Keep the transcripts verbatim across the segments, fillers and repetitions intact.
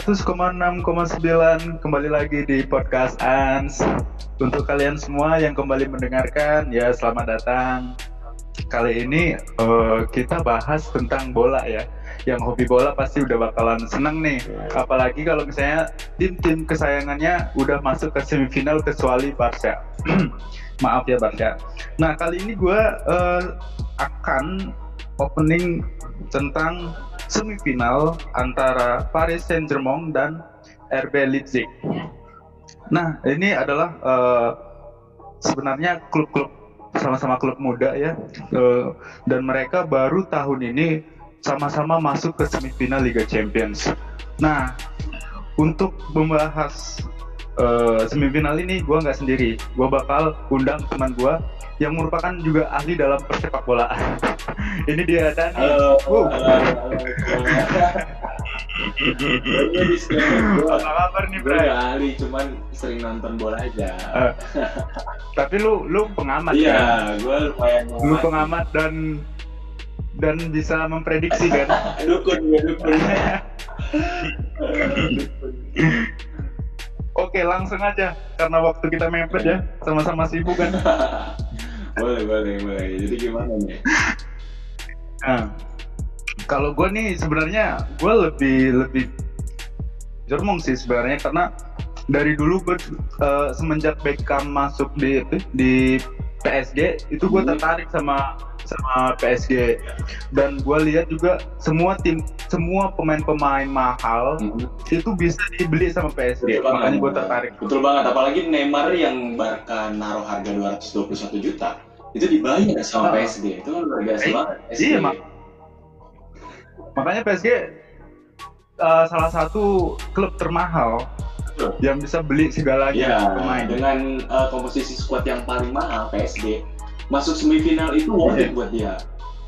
seratus koma enam koma sembilan kembali lagi di podcast Ans. Untuk kalian semua yang kembali mendengarkan, ya selamat datang. Kali ini uh, kita bahas tentang bola ya. Yang hobi bola pasti udah bakalan seneng nih. Apalagi kalau misalnya tim-tim kesayangannya udah masuk ke semifinal kecuali Barca. Maaf ya Barca. Nah kali ini gue uh, akan opening tentang semifinal antara Paris Saint-Germain dan R B Leipzig. Nah, ini adalah uh, sebenarnya klub-klub sama-sama klub muda ya, uh, dan mereka baru tahun ini sama-sama masuk ke semifinal Liga Champions. Nah, untuk membahas uh, semifinal ini, gue nggak sendiri. Gue bakal undang teman gue yang merupakan juga ahli dalam persepak bolaan. Ini dia Dani. Halo. Wow. Halo. Apa kabar nih, Bro? Gue gak ahli, cuman sering nonton bola aja. Uh, tapi lu lu pengamat iya, kan? Iya, gue lumayan pengamat. Lu pengamat dan dan bisa memprediksi kan? dukun, gue dukun. Oke, langsung aja karena waktu kita mepet ya, sama-sama sibuk kan. boleh, boleh, boleh. Jadi gimana nih? Nah, kalau gue nih sebenarnya gue lebih lebih jormong sih sebenarnya, karena dari dulu gue uh, semenjak Beckham masuk di di P S G itu gue tertarik sama sama P S G, dan gue lihat juga semua tim semua pemain-pemain mahal mm-hmm. itu bisa dibeli sama P S G. Betul, makanya gue tertarik. Betul banget, apalagi Neymar yang Barca naruh harga dua ratus dua puluh satu juta itu dibayar sama oh. P S G. Itu kan luar biasa eh, banget. Iya, mak- makanya P S G uh, salah satu klub termahal Betul. yang bisa beli segalanya ya, pemain. Dengan uh, komposisi skuad yang paling mahal, P S G masuk semifinal itu worth it buat dia.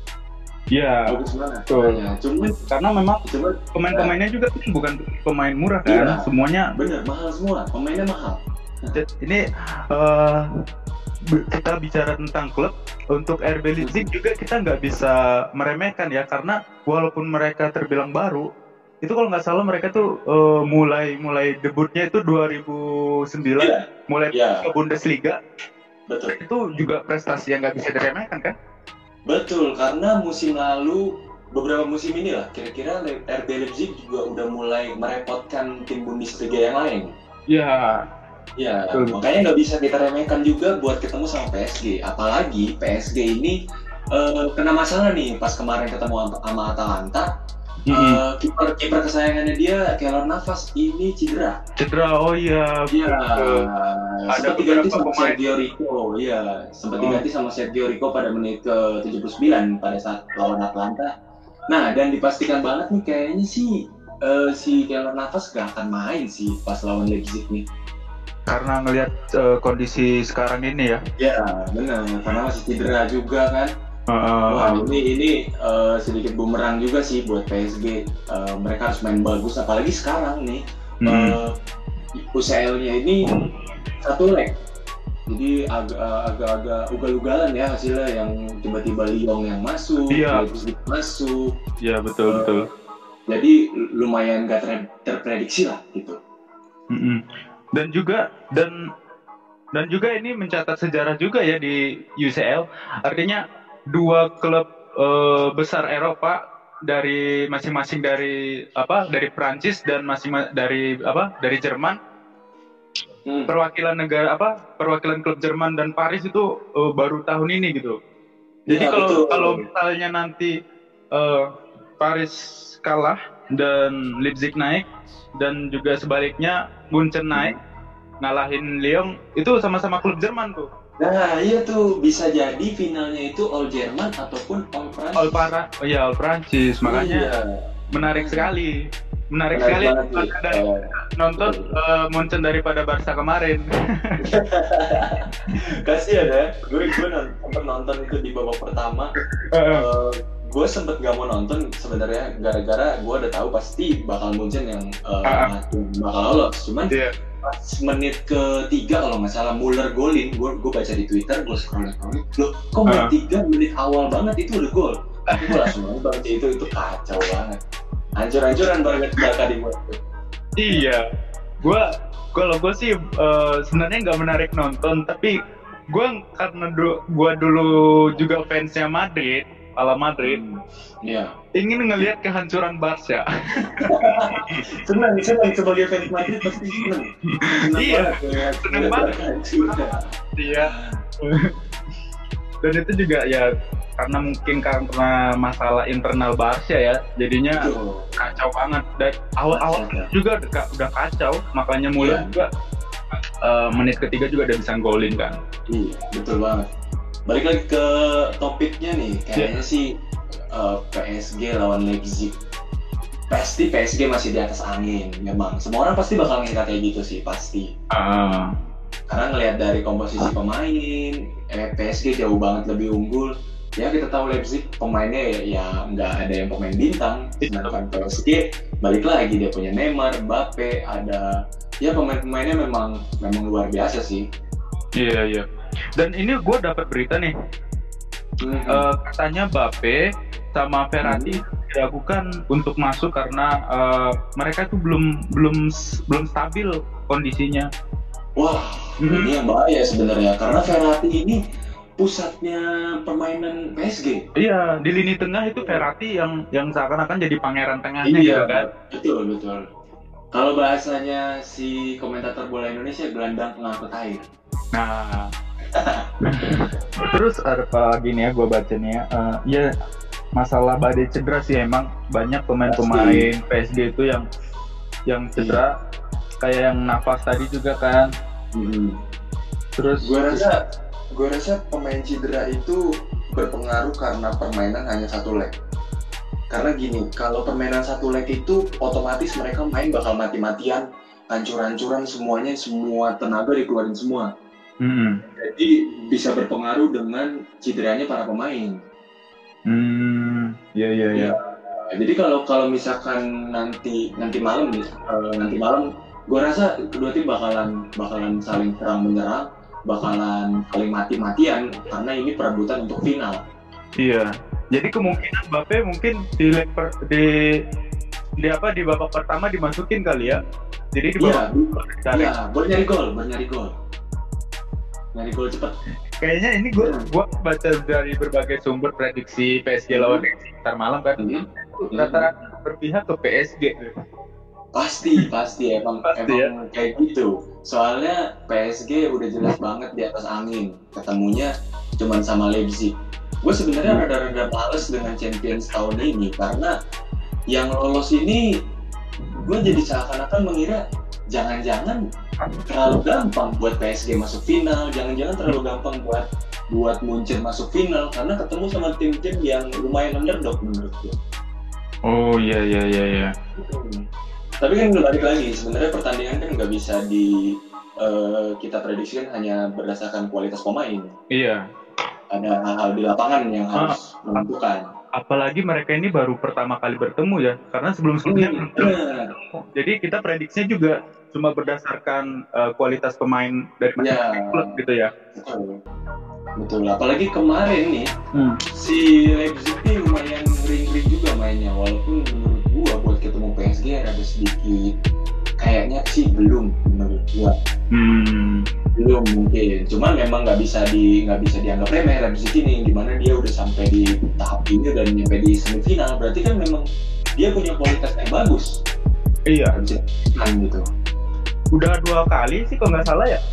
Iya. Bagus banget. Ya, cuman karena memang cuman, pemain-pemainnya juga bukan pemain murah kan, iya, semuanya. Bener, mahal semua. Pemainnya mahal. Ini uh, kita bicara tentang klub. Untuk R B Leipzig juga kita nggak bisa meremehkan ya, karena walaupun mereka terbilang baru, itu kalau nggak salah mereka tuh uh, mulai mulai debutnya itu dua ribu sembilan, yeah. mulai yeah. ke Bundesliga. Betul. Itu juga prestasi yang nggak bisa diremehkan kan? Betul, karena musim lalu, beberapa musim ini lah, kira-kira R B Leipzig juga udah mulai merepotkan tim Bundesliga yang lain. Iya. Ya, betul. Makanya nggak bisa kita remehkan juga buat ketemu sama P S G. Apalagi P S G ini uh, kena masalah nih pas kemarin ketemu sama Atalanta. Mm-hmm. Uh, kiper kiper kesayangannya dia, Keylor Navas, ini cedera. Cedera, oh iya. Iya. Uh, ada sempat diganti sama pemain. Sergio Rico, iya. Sempat oh. diganti sama Sergio Rico pada menit ke tujuh puluh sembilan pada saat lawan Atalanta. Nah, dan dipastikan banget nih kayaknya sih uh, si Keylor Navas gak akan main sih pas lawan Leipzig nih. Karena ngelihat uh, kondisi sekarang ini ya. Ya, benar. Karena masih cedera juga kan. Uh, Wah, ini ini uh, sedikit bumerang juga sih buat P S G. Uh, mereka harus main bagus, apalagi sekarang nih. Hmm. Uh, U C L-nya ini satu leg. Jadi agak agak-agak ugal-ugalan ya hasilnya, yang tiba-tiba Lyon yang masuk, iya. Leipzig masuk. Iya, betul uh, betul. Jadi lumayan gak ter- terprediksi lah gitu. Mm-mm. Dan juga dan dan juga ini mencatat sejarah juga ya di U C L. Artinya dua klub uh, besar Eropa dari masing-masing dari apa dari Prancis dan masing dari apa dari Jerman. Hmm. Perwakilan negara apa perwakilan klub Jerman dan Paris itu uh, baru tahun ini gitu. Jadi ya, kalau betul. kalau misalnya nanti uh, Paris kalah dan Leipzig naik, dan juga sebaliknya Munchen naik ngalahin Lyon, itu sama-sama klub Jerman tuh. Nah iya tuh, bisa jadi finalnya itu All Jerman ataupun All Prancis. All para, oh iya All Prancis, makanya iya. menarik sekali, menarik, menarik sekali dari uh, nonton uh, Munchen daripada Barca kemarin. Kasian ya, gue gue sempat nonton itu di babak pertama. Uh, uh, gue sempet gak mau nonton sebenarnya gara-gara gue udah tahu pasti bakal Munchen yang uh, uh, bakal lolos. Cuman yeah. pas menit ketiga kalau nggak salah Muller golin, gue gue baca di Twitter, gue scroll scroll, loh kok menit uh. tiga menit awal banget itu udah gol. Tapi gue langsung nonton itu itu kacau banget, hancur-hancuran banget Barca di mulut. Iya, gue kalau gue sih uh, sebenarnya nggak menarik nonton, tapi gue karena du- gue dulu juga fansnya Madrid, ala Madrid, Iya. hmm, ingin ngelihat kehancuran Barca. senang, senang sebagai fans Madrid pasti senang. Iya, senang banget. Iya. Dan itu juga ya karena mungkin karena masalah internal Barca ya, jadinya betul. Kacau banget. Dan awal-awal juga udah, udah kacau, makanya mulai yeah. juga uh, menit ketiga juga udah bisa golin kan. Iya, betul banget. Balik lagi ke topiknya nih, kayaknya yeah. sih uh, P S G lawan Leipzig. Pasti P S G masih di atas angin, memang. Semua orang pasti bakal ngira kayak gitu sih, pasti. Uh. Karena ngelihat dari komposisi pemain, eh, P S G jauh banget lebih unggul. Ya kita tahu Leipzig pemainnya ya, ya nggak ada yang pemain bintang. Sedangkan P S G balik lagi dia punya Neymar, Mbappe, ada ya pemain-pemainnya memang memang luar biasa sih. Iya iya. Dan ini gue dapat berita nih, mm-hmm. uh, katanya Mbappe sama Verratti mm-hmm. diragukan untuk masuk karena uh, mereka tuh belum belum belum stabil kondisinya. Wah, mm-hmm. ini yang bahaya sebenarnya karena Verratti ini pusatnya permainan P S G. Iya, di lini tengah itu Verratti yang yang seakan-akan jadi pangeran tengahnya iya, gitu kan. Betul, betul. Kalau bahasanya si komentator bola Indonesia, gelandang pengangkut air. Nah. Terus ada apa lagi nih ya, gue baca nih ya. Uh, ya masalah badai cedera sih, emang banyak pemain-pemain P S G itu yang yang cedera. Iya. Kayak yang Navas tadi juga kan. Hmm. Terus gue rasa gue rasa pemain cedera itu berpengaruh karena permainan hanya satu leg. Karena gini, kalau permainan satu leg itu otomatis mereka main bakal mati-matian, hancur-hancuran semuanya, semua tenaga dikeluarin semua. Mm-hmm. Jadi bisa berpengaruh dengan cederanya para pemain. Hmm, ya ya ya. Jadi kalau kalau misalkan nanti nanti malam nih, uh, nanti malam, gue rasa kedua tim bakalan bakalan saling serang menyerang, bakalan saling mati-matian karena ini perebutan untuk final. Iya. Jadi kemungkinan Mbappe mungkin di leg per, di di apa di babak pertama dimasukin kali ya. Jadi di babak Iya, iya, boleh nyari gol, boleh nyari gol. Nyari gol cepet. Kayaknya ini gue gue baca dari berbagai sumber prediksi P S G lawan Leipzig ntar malam kan. Mm-hmm. Rata-rata berpihak ke P S G. Pasti, pasti emang pasti, emang ya? Kayak gitu. Soalnya P S G udah jelas banget di atas angin. Ketemunya cuman sama Leipzig. Gue sebenarnya rada-rada males dengan Champions tahun ini karena yang lolos ini gue jadi seakan-akan mengira jangan-jangan terlalu gampang buat P S G masuk final, jangan-jangan terlalu gampang buat buat Munchen masuk final karena ketemu sama tim-tim yang lumayan underdog menurut gue. Oh iya iya iya iya. Hmm. Tapi kan balik lagi, sebenarnya pertandingan kan nggak bisa di uh, kita prediksikan hanya berdasarkan kualitas pemain. Iya. Ada hal-hal di lapangan yang ah, harus menentukan. Apalagi mereka ini baru pertama kali bertemu ya, karena sebelum-sebelumnya belum bertemu. Jadi kita prediksinya juga cuma berdasarkan uh, kualitas pemain dari masing-masing ya, klub gitu ya. Betul. Betul. Apalagi kemarin nih, hmm. si Leipzig ini lumayan ngeri-ngeri juga mainnya, walaupun menurut gua buat ketemu P S G ada sedikit kayaknya sih belum menurut gua. Hmm. Belum mungkin, cuman memang nggak bisa di nggak bisa dianggap remeh Leipzig ini, dimana dia udah sampai di tahap ini dan nyampe di semifinal, berarti kan memang dia punya kualitas yang bagus. Iya. Kan gitu. Udah dua kali sih kalau nggak salah ya.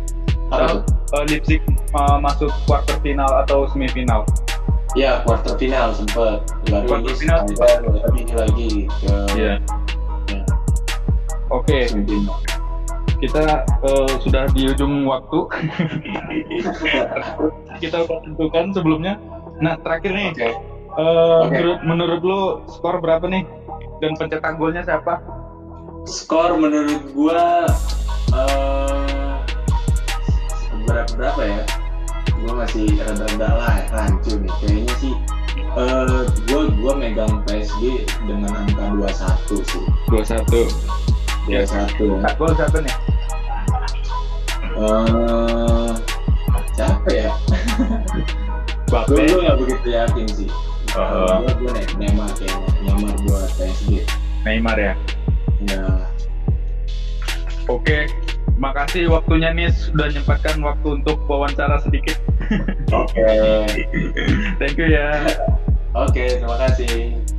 Apa uh, Leipzig uh, masuk quarter final atau semifinal. Ya quarter final sempet, baru quarter ini final sampai ini lagi ke. Iya. Ya. Oke. Okay. Kita uh, sudah di ujung waktu. Kita udah tentukan sebelumnya. Nah terakhir nih, okay. Uh, okay. menurut menurut lo skor berapa nih? Dan pencetak golnya siapa? Skor menurut gua uh, berapa berapa ya? Gua masih rada-rada lah rancu nih. Kayaknya sih uh, gua gua megang P S G dengan angka dua satu sih. dua satu. dua satu. Ya. Gol siapa nih? Uh, siapa ya? Mbappe. Gue nggak begitu yakin sih. Uh, gue gue Neymar kayaknya. Neymar buat P S G. Neymar ya. Ya. Oke, makasih waktunya nih sudah menyempatkan waktu untuk wawancara sedikit. Oke. Thank you ya. Oke, terima kasih.